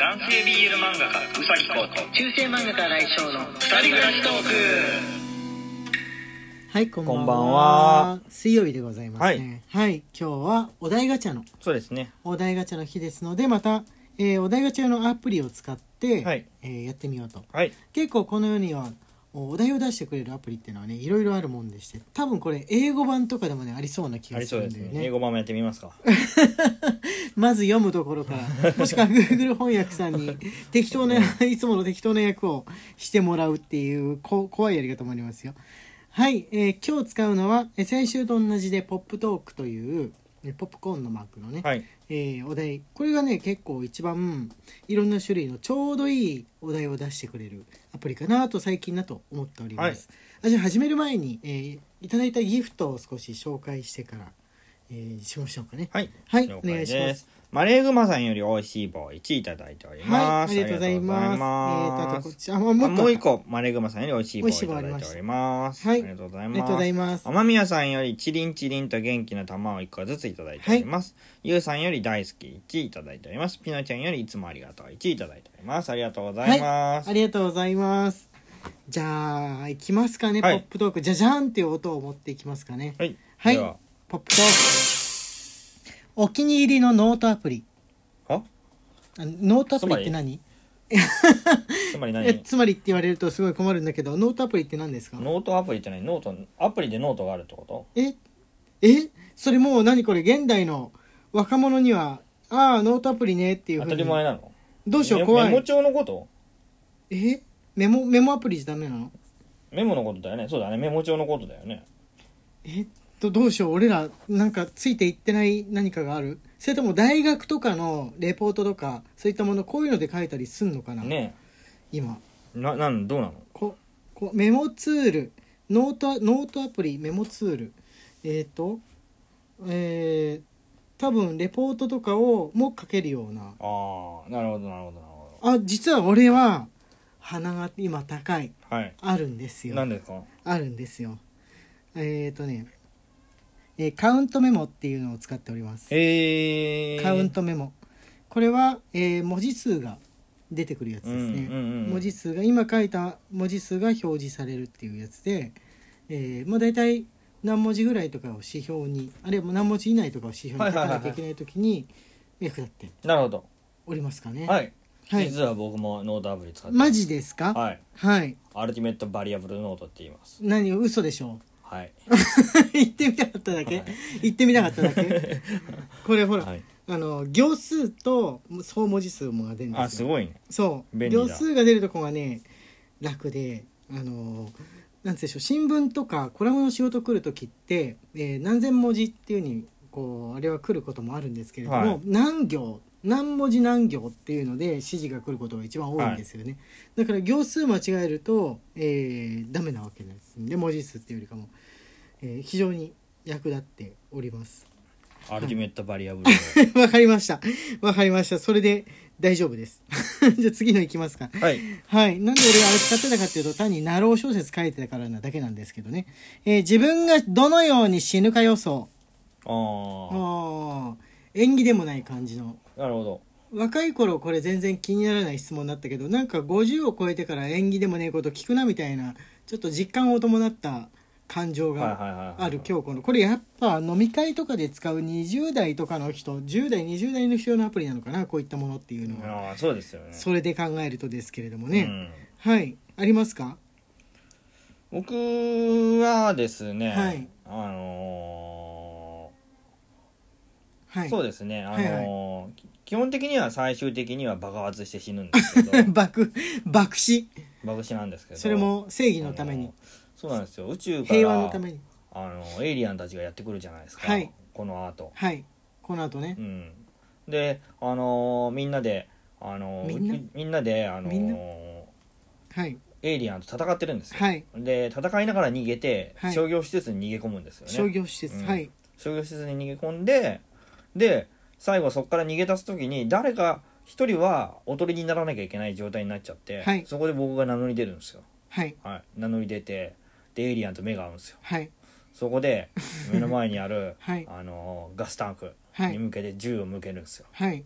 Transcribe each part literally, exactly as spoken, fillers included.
男性 ビーエル 漫画家うさぎこと中世漫画家来翔のふたり暮らしトーク。 はい、こんばんは。 こんばんは。 水曜日でございますね。はい、はい、今日はお題ガチャのそうですね。 お題ガチャの日ですので、また、えー、お題ガチャのアプリを使って、 はいえー、やってみようと。 はい。 結構この世にはお題を出してくれるアプリっていうのはね、いろいろあるもんでして、多分これ英語版とかでもねありそうな気ありがすそうですね。 るんだよね。 英語版もやってみますか。 まず読むところからもしくは Google 翻訳さんに適当ないつもの適当な訳をしてもらうっていうこ怖いやり方もありますよ。はい、えー、今日使うのは先週と同じでポップトークというポップコーンのマークのね、 はい。 えーお題、これがね結構一番いろんな種類のちょうどいいお題を出してくれるアプリかなと最近だと思っております。あ、じゃあ始める前に、えーいただいたギフトを少し紹介してから、えーしましょうかね。 はい。 はい、 了お願いします。 マレーグマさんよりおいしい棒いちいただいております。 はい、ありがとうございます。えーと、あとこっち、あ、もうあ一個。 もう一個、マレーグマさんよりおいしい棒いただいております。 はいありがとうございありがとうござます。 います。 天宮さんよりチリンチリンと元気の玉をいっこずついただいております。ゆうさんより大好きいちいただいております。ピノちゃんよりいつもありがとういちいただいております。ありがとうございます。 ありがとうございます。じゃあ、いきますかね、 はいポップトーク。じゃじゃんっていう音を持っていきますかね。 はい。 はいでは、 ポップトーク。お気に入りのノートアプリ。 はあノートアプリって何？ つまり何えつまりって言われるとすごい困るんだけど、ノートアプリって何ですか？ ノートアプリって何？ノート、アプリでノートがあるってこと？ ええそれもう何これ現代の若者には、ああ、ノートアプリねっていうふう当に。 たり前なの？ どうしよう、怖い。 メモ帳のこと？ えメモ、メモアプリじゃダメなの？ メモのことだよね。そうだね。メモ帳のことだよね。 えっと、どうしよう。俺ら、なんかついていってない何かがある？それとも大学とかのレポートとか、そういったもの、こういうので書いたりすんのかな？ ね今。 え。な、なん、どうなの？ ここメモツール、ノート、ノートアプリ、メモツール。えっと、えー、多分レポートとかをも書けるような。 ああ、なるほど、なるほど、なるほあ、実は俺は、鼻が今高い。 ど。はい。 あるんですよ。 何ですか？ あるんですよ。えっとね、えーカウントメモっていうのを使っております。 へえ。 カウントメモ。これは、えー文字数が出てくるやつですね。 うんうんうん文字数が、今書いた文字数が表示されるっていうやつで、えー、まあ大体何文字ぐらいとかを指標に、あるいは何文字以内とかを指標に書かなきゃいけないときに役立ってなるほど。 おりますかね。 はい。 はい。 実は僕もノートアプリ使ってます。 マジですか？ はい。 はい。 アルティメットバリアブルノートって言います。 何、嘘でしょ？ はい。 言ってみたかっただけ、 はい言ってみたかっただけこれほら、 はい。 あの行数と総文字数もが出るんですよ。 あ、すごいね。 そう便利だ行数が出るとこがね楽で、あのなんていうんでしょう、新聞とかコラムの仕事来る時って、えー何千文字っていう風にこうあれは来ることもあるんですけれども、 はい何行何文字何行っていうので指示が来ることが一番多いんですよね、だから行数間違えると、えーダメなわけですで、文字数っていうよりかも、えー非常に役立っております。 アルティメットバリアブル。 わかりましたわかりました。それで大丈夫ですじゃあ次のいきますか。 はい。 はい。なんで俺あれ使ってたかっていうと、単にナロー小説書いてたからなだけなんですけどね。えー自分がどのように死ぬか予想。 あああ、縁起でもない感じの。 あ。なるほど。 若い頃これ全然気にならない質問だったけど、なんかごじゅうを超えてから縁起でもねえこと聞くなみたいな、ちょっと実感を伴った感情はいはいがはいはい。 ある今日この。これやっぱ飲み会とかで使うにじゅう代とかの人、じゅう代、にじゅう代の人用のアプリなのかな、こういったものっていうのは。 ああ、そうですよね。 それで考えるとですけれどもね。 うん。 はい。ありますか？ 僕はですね、 はいあのーはい。 そうですね、あのーはい基本的には最終的には爆発して死ぬんですけど爆、爆死。 爆死なんですけど、 それも正義のために。 あのーそうなんですよ。宇宙から平和のために。 あのエイリアンたちがやってくるじゃないですか、 はいこの後、 はい。この後ねう。ん、で、あのーみんなで、あのーみんなみんなで、あのーみんなはい。 エイリアンと戦ってるんですよ、 はい。 で戦いながら逃げて、 はい商業施設に逃げ込むんですよね。 商業施設。 うんはい。 商業施設に逃げ込んで、で最後そこから逃げ出す時に誰か一人はおとりにならなきゃいけない状態になっちゃって、 はいそこで僕が名乗り出るんですよ、 はい。 はい、名乗り出て、でエイリアンと目が合うんですよ。 はい。 そこで目の前にある、 はい。 あのガスタンクはい。 に向けて銃を向けるんですよ。 はい。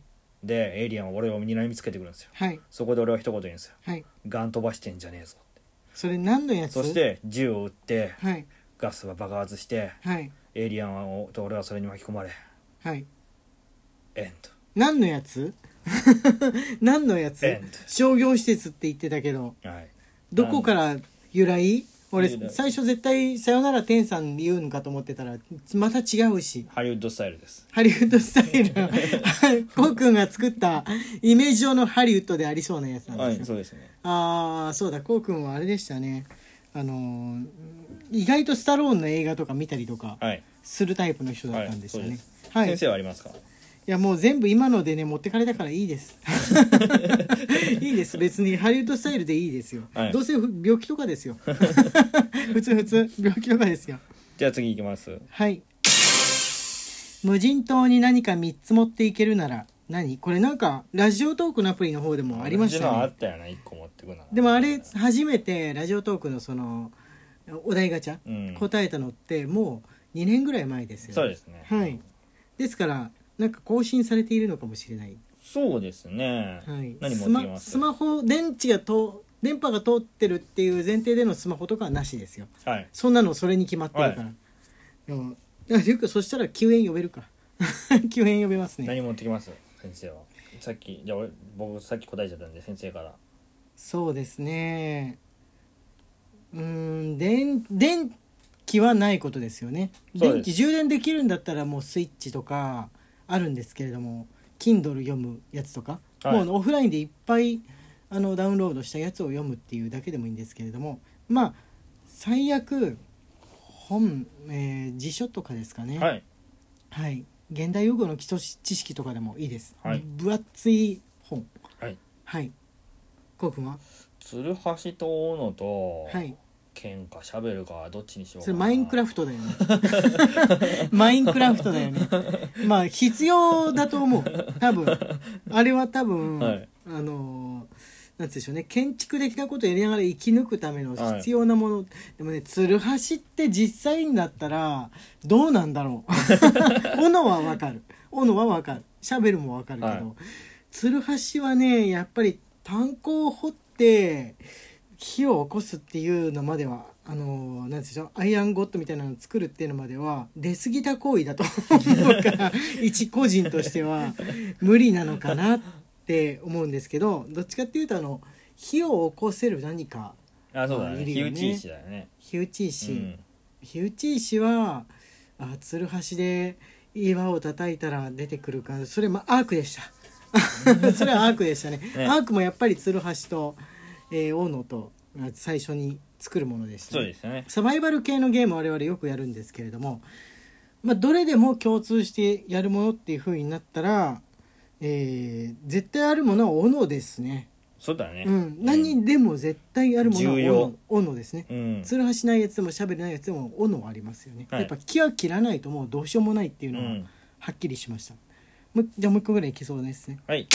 でエイリアンは俺を睨みつけてくるんですよ。 はいそこで俺は一言言うんですよ。 はい。 ガン飛ばしてんじゃねえぞって。 それ何のやつ？ そして銃を撃ってはいガスが爆発してはいエイリアンと俺はそれに巻き込まれはい。 エンド何のやつ？何のやつエン？ 商業施設って言ってたけど、 ド。はい。 どこから由来？俺由来最初絶対さよなら天さん言うのかと思ってたらまた違うし、 ハリウッドスタイルです。 ハリウッドスタイルのコウ君が作ったイメージ上のハリウッドでありそうなやつなんはい、 ですよ。 そうですね。 ああそうだ、コウ君はあれでしたね、あのー意外とスタローンの映画とか見たりとかはい。 するタイプの人だったんですよね。 はいそうですはい、 先生はありますか？ いやもう全部今のでね持ってかれたからいいですいいです、別にハリウッドスタイルでいいですよ、 はいどうせ病気とかですよ普通普通病気とかですよ。 じゃあ次いきます。 はい、無人島に何かみっつ持っていけるなら何？これなんかラジオトークのアプリの方でもありましたね。 同じのあったよな、いっこ持ってくなら。 でもあれ初めてラジオトークのそのお題ガチャ、 うん、 答えたのってもうにねんぐらい前ですよ。 そうですね。 はい、ですからなんか更新されているのかもしれない。 そうですね。 はい、 何持スマってきます？ スマホ電池がと電波が通ってるっていう前提でのスマホとかはなしですよ。 はい。 そんなのそれに決まってるから。 はでもだからよくそしたら救援呼べるか救援呼べますね。 何持ってきます？先生は。さっきじゃあ俺僕さっき答えちゃったんで先生から。 そうですね。うーん電電気はないことですよね。 そうです電気充電できるんだったらもうスイッチとかあるんですけれども Kindle 読むやつとか、 はいもうオフラインでいっぱいあのダウンロードしたやつを読むっていうだけでもいいんですけれども、まあ最悪本、えー辞書とかですかね。 はい。 はい、現代用語の基礎知識とかでもいいです、 はい分厚い本。 はい。 はい、こうくんは？ ツルハシとオノと、 はい、 剣かシャベルかどっちにしようかな。 それマインクラフトだよねマインクラフトだよね。まあ必要だと思う多分あれは多分、 はい、 あのなんていうんでしょうね、建築的なことをやりながら生き抜くための必要なもの、はい、でもねツルハシって実際になったらどうなんだろう斧はわかる、斧はわかる、シャベルもわかるけど、はい、ツルハシはねやっぱり炭鉱を掘って火を起こすっていうのまではあのなんでしょう、アイアンゴッドみたいなのを作るっていうのまでは出過ぎた行為だと思うから一個人としては無理なのかなって思うんですけど、どっちかっていうとあの火を起こせる何かあそうだね、 いるよね。 火打ち石だよね。 火打ち石、 うん、 火打ち石はあツルハシで岩を叩いたら出てくるか、それ、ま、アークでしたそれはアークでした ね, ねアークもやっぱりツルハシと、えー、斧と最初に作るものでした、ね、 そうですよね。 サバイバル系のゲーム我々よくやるんですけれども、まあ、どれでも共通してやるものっていう風になったら、えー、絶対あるものは斧ですね。 そうだね、 うん、何でも絶対あるものは重要斧、斧ですね、うん、ツルハシないやつでもシャベルないやつでも斧はありますよね、はい、やっぱ木は切らないともうどうしようもないっていうのがはっきりしました、うん、じゃあもう一個ぐらいいけそうですね。 はい。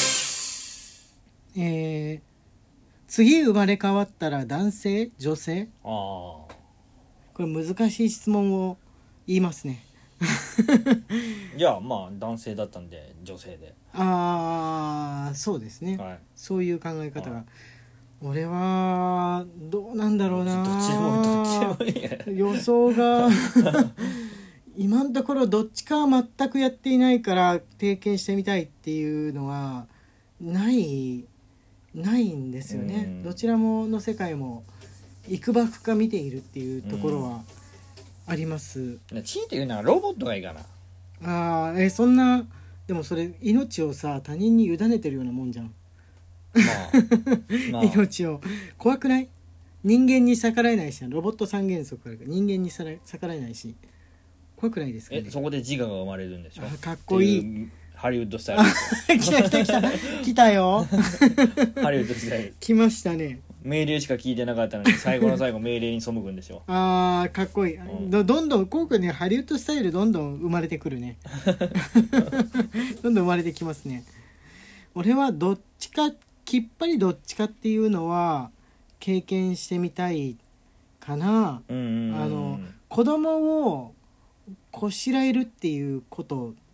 えー、次生まれ変わったら男性女性？あこれ難しい質問を言いますねじゃあまあ男性だったんで女性で。 ああそうですね、はい、そういう考え方が、はい、俺はどうなんだろうな、 どっちでもどっちでもいいや予想が今のところどっちかは全くやっていないから経験してみたいっていうのはないないんですよね。どちらもの世界も幾ばくか見ているっていうところはあります。 強いて言うならロボットがいいかな。 あーえそんなでもそれ命をさ他人に委ねてるようなもんじゃん、まあまあ、命を怖くない？人間に逆らえないし、ロボット三原則から人間に逆らえないし怖くないですかね。 えそこで自我が生まれるんでしょ。 かっこいいハリウッドスタイル来た来た来た来たよハリウッドスタイル来ましたね。 命令しか聞いてなかったのに最後の最後命令に背くんでしょ。 あーかっこいい、うん、ど, どんどんこうくんねハリウッドスタイルどんどん生まれてくるねどんどん生まれてきますね。俺はどっちかきっぱりどっちかっていうのは経験してみたいかな、うんうんうん、あの子供をこしらえるっていうこと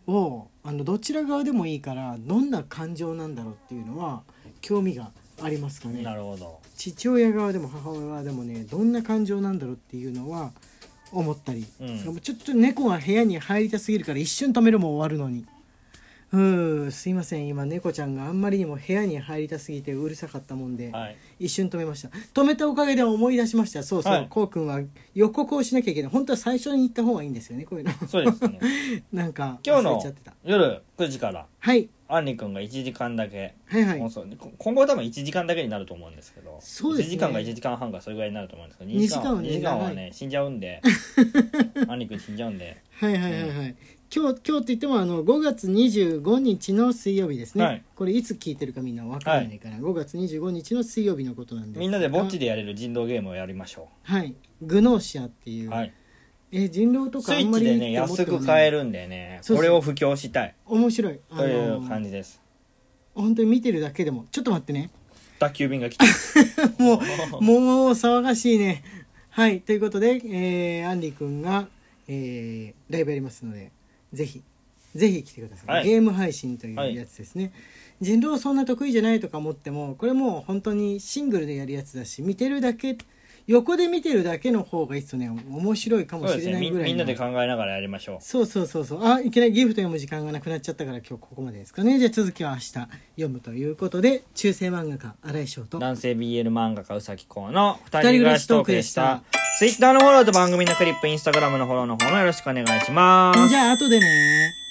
をあのどちら側でもいいからどんな感情なんだろうっていうのは興味がありますかね。 なるほど。 父親側でも母親側でもねどんな感情なんだろうっていうのは思ったり、 うん、 そのちょっと猫が部屋に入りたすぎるから一瞬止めるも終わるのに、うーすいません今猫ちゃんがあんまりにも部屋に入りたすぎてうるさかったもんで、 はい、 一瞬止めました。止めたおかげで思い出しました。そうそう、はい、こうくんは予告をしなきゃいけない。本当は最初に言った方がいいんですよねこういうの。 そうですねなんか今日の夜くじからはいあんりくんがいちじかんだけ、 はいはい、 今後は多分いちじかんだけになると思うんですけど、 そうですね、 いちじかんかいちじかんはんかそれぐらいになると思うんですけど、 にじかんはね、 にじかんはね死んじゃうんであんりくん死んじゃうんではいはいはいはい、うん、今日今日って言ってもあのごがつにじゅうごにちの水曜日ですね、はい、これいつ聞いてるかみんな分からないから、はい、ごがつにじゅうごにちの水曜日のことなんですが、 みんなでぼっちでやれる人狼ゲームをやりましょう。はい、グノーシアっていう、はい、え人狼とかあんまりスイッチでね安く買えるんでね、これを布教したい、 面白い、 あのー、という感じです。 本当に見てるだけでもちょっと待ってね宅急便が来てもうもう騒がしいね。はいということで、えー、アンリ君が、えー、ライブやりますのでぜひぜひ来てください、はい、ゲーム配信というやつですね、はい、人狼そんな得意じゃないとか思ってもこれもう本当にシングルでやるやつだし、見てるだけ横で見てるだけの方がいいっすね。面白いかもしれないぐらいの、 み, みんなで考えながらやりましょう。そうそうそうそう。あ、いきなりギフト読む時間がなくなっちゃったから今日ここまでですかね。じゃあ続きは明日読むということで、中世漫画家新井翔と男性 ビーエル 漫画家宇崎公のふたり暮らしトークでした。Twitter のフォローと番組のクリップ、Instagram のフォローの方もよろしくお願いします。 じゃあ後でね。